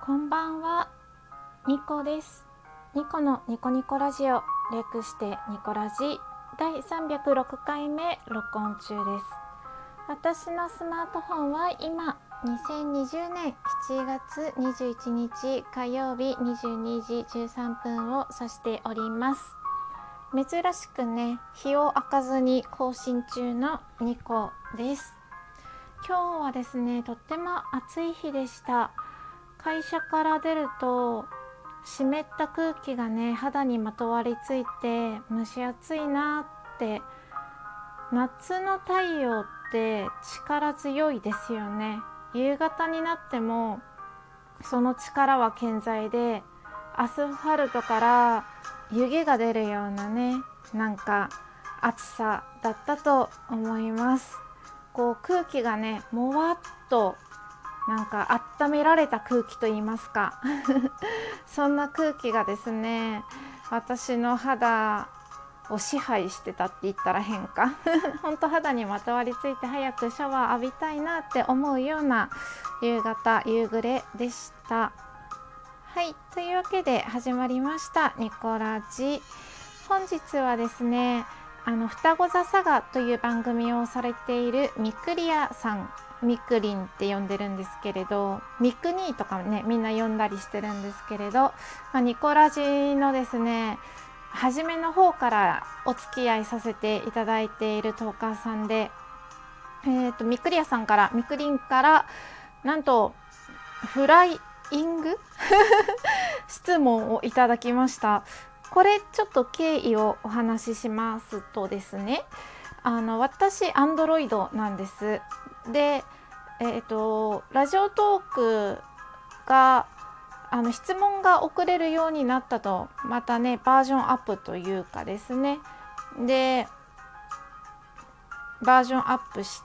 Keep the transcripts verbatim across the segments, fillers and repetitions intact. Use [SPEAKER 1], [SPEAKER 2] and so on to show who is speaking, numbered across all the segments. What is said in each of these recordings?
[SPEAKER 1] こんばんは、ニコです。ニコのニコニコラジオ、略してニコラジだいさんびゃくろっかいめ録音中です。私のスマートフォンは今にせんにじゅうねんしちがつにじゅういちにち火曜日にじゅうにじじゅうさんぷんを指しております。珍しくね、日を明かずに更新中のニコです。今日はですね、とっても暑い日でした。会社から出ると湿った空気がね、肌にまとわりついて蒸し暑いなって。夏の太陽って力強いですよね。夕方になってもその力は健在で、アスファルトから湯気が出るようなね、なんか暑さだったと思います。こう空気がね、もわっとなんか温められた空気と言いますかそんな空気がですね、私の肌を支配してたって言ったら変か本当肌にまとわりついて、早くシャワー浴びたいなって思うような夕方夕暮れでした。はい、というわけで始まりましたニコラジ。本日はですね、あの双子座サガという番組をされているみくりやさん、みくりんって呼んでるんですけれど、みくにとかね、みんな呼んだりしてるんですけれど、まあ、ニコラジのですね、初めの方からお付き合いさせていただいているトーカーさんで、えーと、みくりやさんからみくりんからなんとフライイング質問をいただきました。これちょっと経緯をお話ししますとですね、あの私 Android なんです。で、えーと、ラジオトークがあの質問が送れるようになったと、またねバージョンアップというかですね、でバージョンアップして、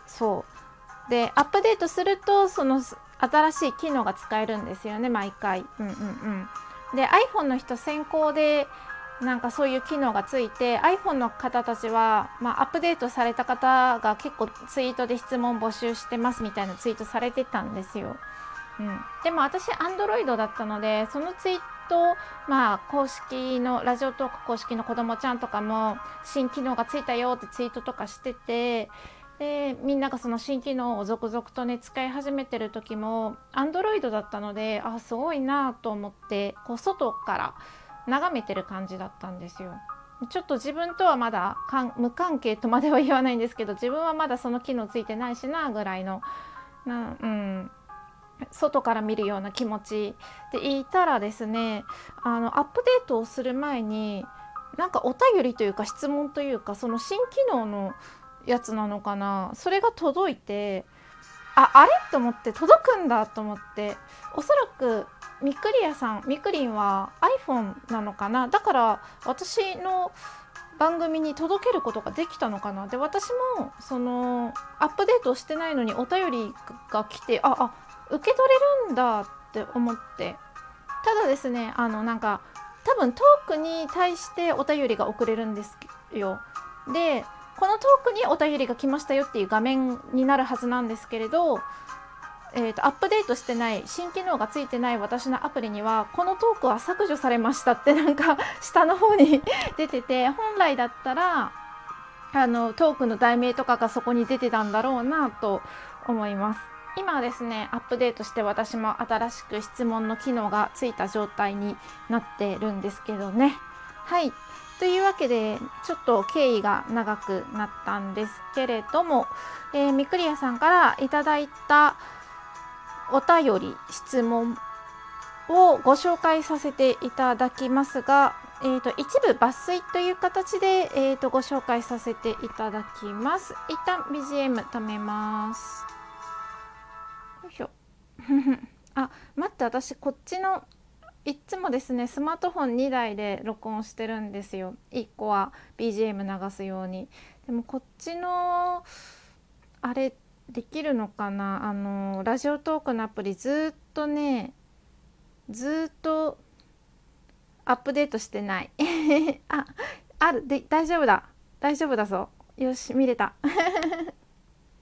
[SPEAKER 1] そうでアップデートするとその新しい機能が使えるんですよね、毎回。うんうんうん。で iPhone の人先行でなんかそういう機能がついて、 iPhone の方たちは、まあ、アップデートされた方が結構ツイートで質問募集してますみたいなツイートされてたんですよ。うん、でも私 Android だったので、そのツイート、まあ、公式のラジオトーク公式の子どもちゃんとかも新機能がついたよってツイートとかしてて、でみんながその新機能を続々とね使い始めてる時も Android だったので、あすごいなと思って、こう外から眺めてる感じだったんですよ。ちょっと自分とはまだ無関係とまでは言わないんですけど、自分はまだその機能ついてないしなぐらいのな、うん、外から見るような気持ちでいたらですね、あのアップデートをする前になんかお便りというか質問というか、その新機能のやつなのかな、それが届いて、ああれと思って、届くんだと思って、おそらくみくりやさん、みくりんは iPhone なのかな、だから私の番組に届けることができたのかな。で私もそのアップデートしてないのにお便りが来て、ああ受け取れるんだって思って、ただですね、あのなんか多分トークに対してお便りが送れるんですよ。でこのトークにお便りが来ましたよっていう画面になるはずなんですけれど、えーと、アップデートしてない新機能がついてない私のアプリには、このトークは削除されましたってなんか下の方に出てて、本来だったらあのトークの題名とかがそこに出てたんだろうなと思います。今はですねアップデートして私も新しく質問の機能がついた状態になってるんですけどね。はい、というわけでちょっと経緯が長くなったんですけれども、えー、みくりやさんからいただいたお便り質問をご紹介させていただきますが、えー、と一部抜粋という形で、えー、とご紹介させていただきます。一旦 ビージーエム 止めます。よいしょあ、待って、私こっちのいつもですねスマートフォンにだいで録音してるんですよ。いっこは ビージーエム 流すように。でもこっちのあれできるのかな、あのラジオトークのアプリずっとねずっとアップデートしてないあ、あるで、大丈夫だ大丈夫だぞ、よし見れた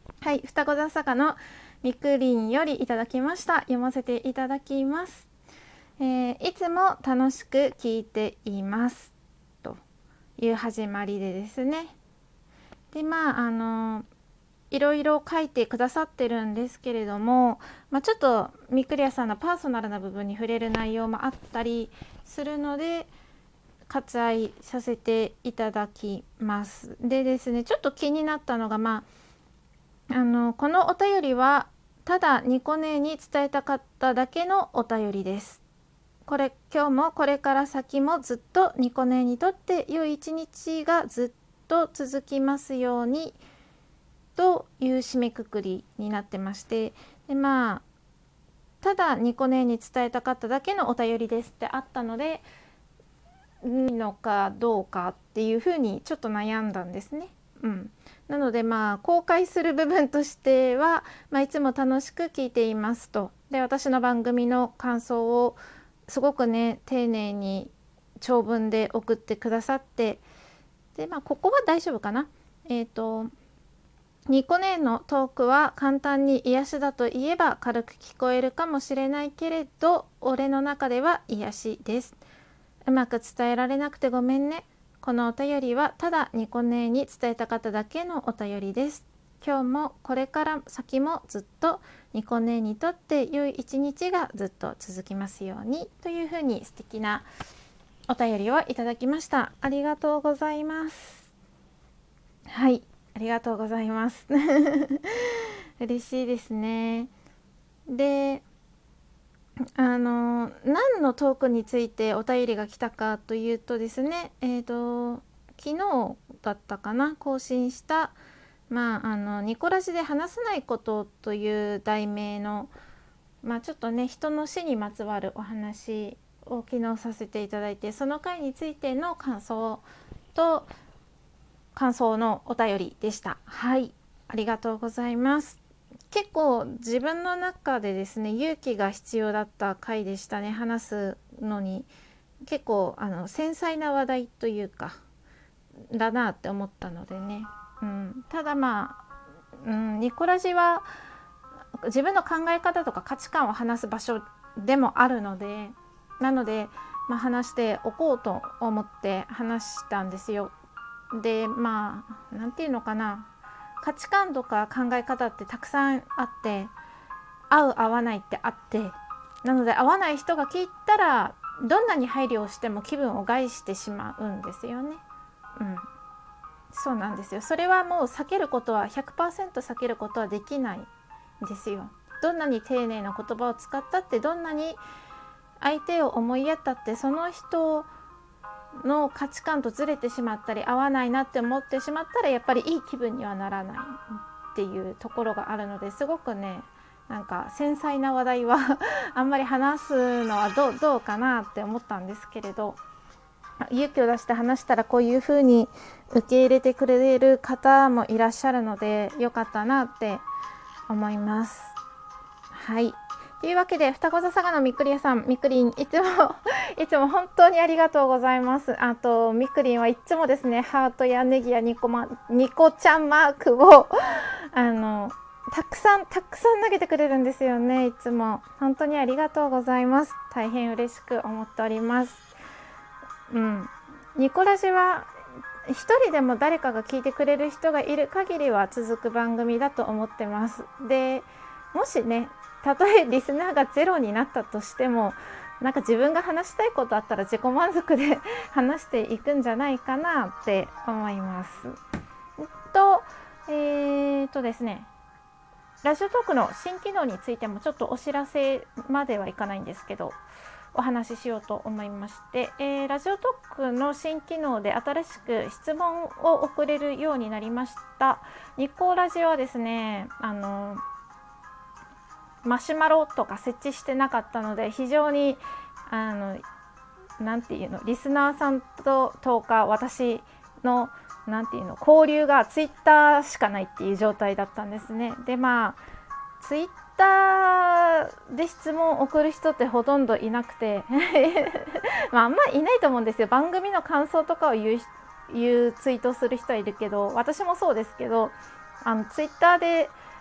[SPEAKER 1] はい、双子座坂のみくりんよりいただきました。読ませていただきます。えー、いつも楽しく聞いていますという始まりでですね。でまああのいろいろ書いてくださってるんですけれども、まあ、ちょっとみくりやさんのパーソナルな部分に触れる内容もあったりするので割愛させていただきます。でですね、ちょっと気になったのが、まあ、あのこのお便りはただニコ姉に伝えたかっただけのお便りです。これ今日もこれから先もずっとニコ姉にとって良い一日がずっと続きますようにという締めくくりになってまして、でまあただニコ姉に伝えたかっただけのお便りですってあったので、いいのかどうかっていうふうにちょっと悩んだんですね。うん、なのでまあ公開する部分としては、まあ、いつも楽しく聞いていますと。で私の番組の感想をすごくね丁寧に長文で送ってくださって、でまあここは大丈夫かな。えっとニコ姉のトークは簡単に癒しだと言えば軽く聞こえるかもしれないけれど、俺の中では癒しです。うまく伝えられなくてごめんね。このお便りはただニコ姉に伝えたかっただけのお便りです。今日もこれから先もずっとニコ姉にとって良い一日がずっと続きますようにというふうに素敵なお便りをいただきました。ありがとうございます。はい、ありがとうございます嬉しいですね。であの何のトークについてお便りが来たかというとですね、えーと昨日だったかな、更新したまああのニコラジで話せないことという題名の、まあ、ちょっとね人の死にまつわるお話を昨日させていただいて、その回についての感想と感想のお便りでした。はい、ありがとうございます。結構自分の中でですね勇気が必要だった回でしたね。話すのに結構あの繊細な話題というかだなって思ったのでね、うん、ただまあ、うん、ニコラジは自分の考え方とか価値観を話す場所でもあるので、なので、まあ、話しておこうと思って話したんですよ。でまあなんていうのかな、価値観とか考え方ってたくさんあって、合う合わないってあって、なので合わない人が聞いたらどんなに配慮をしても気分を害してしまうんですよね。うん、そうなんですよ。それはもう避けることは ひゃくパーセント 避けることはできないんですよ。どんなに丁寧な言葉を使ったって、どんなに相手を思いやったって、その人の価値観とずれてしまったり合わないなって思ってしまったらやっぱりいい気分にはならないっていうところがあるので、すごくねなんか繊細な話題はあんまり話すのはどう、どうかなって思ったんですけれど、勇気を出して話したらこういう風に受け入れてくれる方もいらっしゃるのでよかったなって思います。はい、というわけで双子座佐賀のみくりやさん、みくりんいつもいつも本当にありがとうございます。あとみくりんはいつもですねハートやネギやニコマニコちゃんマークをあのたくさんたくさん投げてくれるんですよね。いつも本当にありがとうございます。大変嬉しく思っております。うん、ニコラジは一人でも誰かが聞いてくれる人がいる限りは続く番組だと思ってます。でもしねたとえリスナーがゼロになったとしても、なんか自分が話したいことあったら自己満足で話していくんじゃないかなって思います。とえー、とですねラジオトークの新機能についてもちょっとお知らせまではいかないんですけどお話ししようと思いまして、えー、ラジオトークの新機能で新しく質問を送れるようになりました。ニコラジはですねあのマシュマロとか設置してなかったので、非常にあのなんていうのリスナーさんととか私のなんていうの交流がツイッターしかないっていう状態だったんですね。でまあツイッターで質問を送る人ってほとんどいなくてまああんまいないと思うんですよ。番組の感想とかを言う、言うツイートする人はいるけど、私もそうですけどあのツイッターで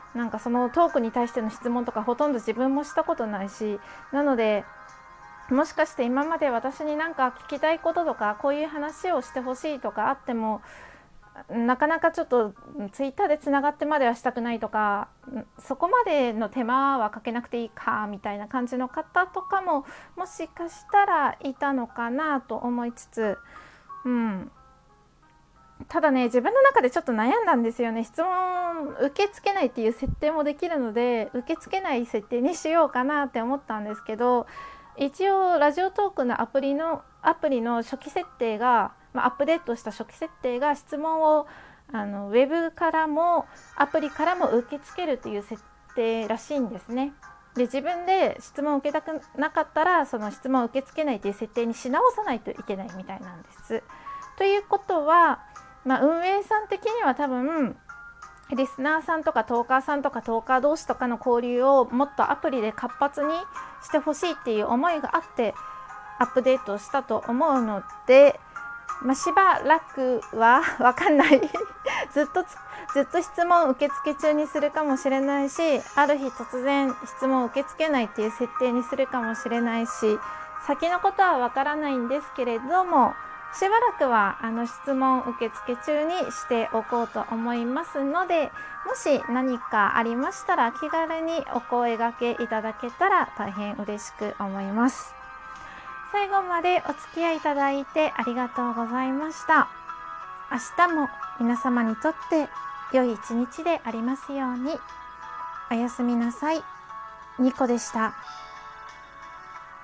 [SPEAKER 1] なんかそのトークに対しての質問とかほとんど自分もしたことないし、なのでもしかして今まで私になんか聞きたいこととかこういう話をしてほしいとかあっても、なかなかちょっとツイッターでつながってまではしたくないとか、そこまでの手間はかけなくていいかみたいな感じの方とかももしかしたらいたのかなと思いつつ、うん、ただね自分の中でちょっと悩んだんですよね。質問受け付けないっていう設定もできるので、受け付けない設定にしようかなって思ったんですけど、一応ラジオトークのアプリのアプリの初期設定が、まあ、アップデートした初期設定が質問をあのウェブからもアプリからも受け付けるという設定らしいんですね。で自分で質問を受けたくなかったらその質問を受け付けないという設定にし直さないといけないみたいなんです。ということは、まあ、運営さん的には多分リスナーさんとかトーカーさんとかトーカー同士とかの交流をもっとアプリで活発にしてほしいっていう思いがあってアップデートしたと思うので、まあ、しばらくは分かんないずっとずっと質問受付中にするかもしれないし、ある日突然質問受け付けないっていう設定にするかもしれないし、先のことは分からないんですけれども、しばらくはあの質問受付中にしておこうと思いますので、もし何かありましたら気軽にお声掛けいただけたら大変嬉しく思います。最後までお付き合いいただいてありがとうございました。明日も皆様にとって良い一日でありますように。おやすみなさい。ニコでした。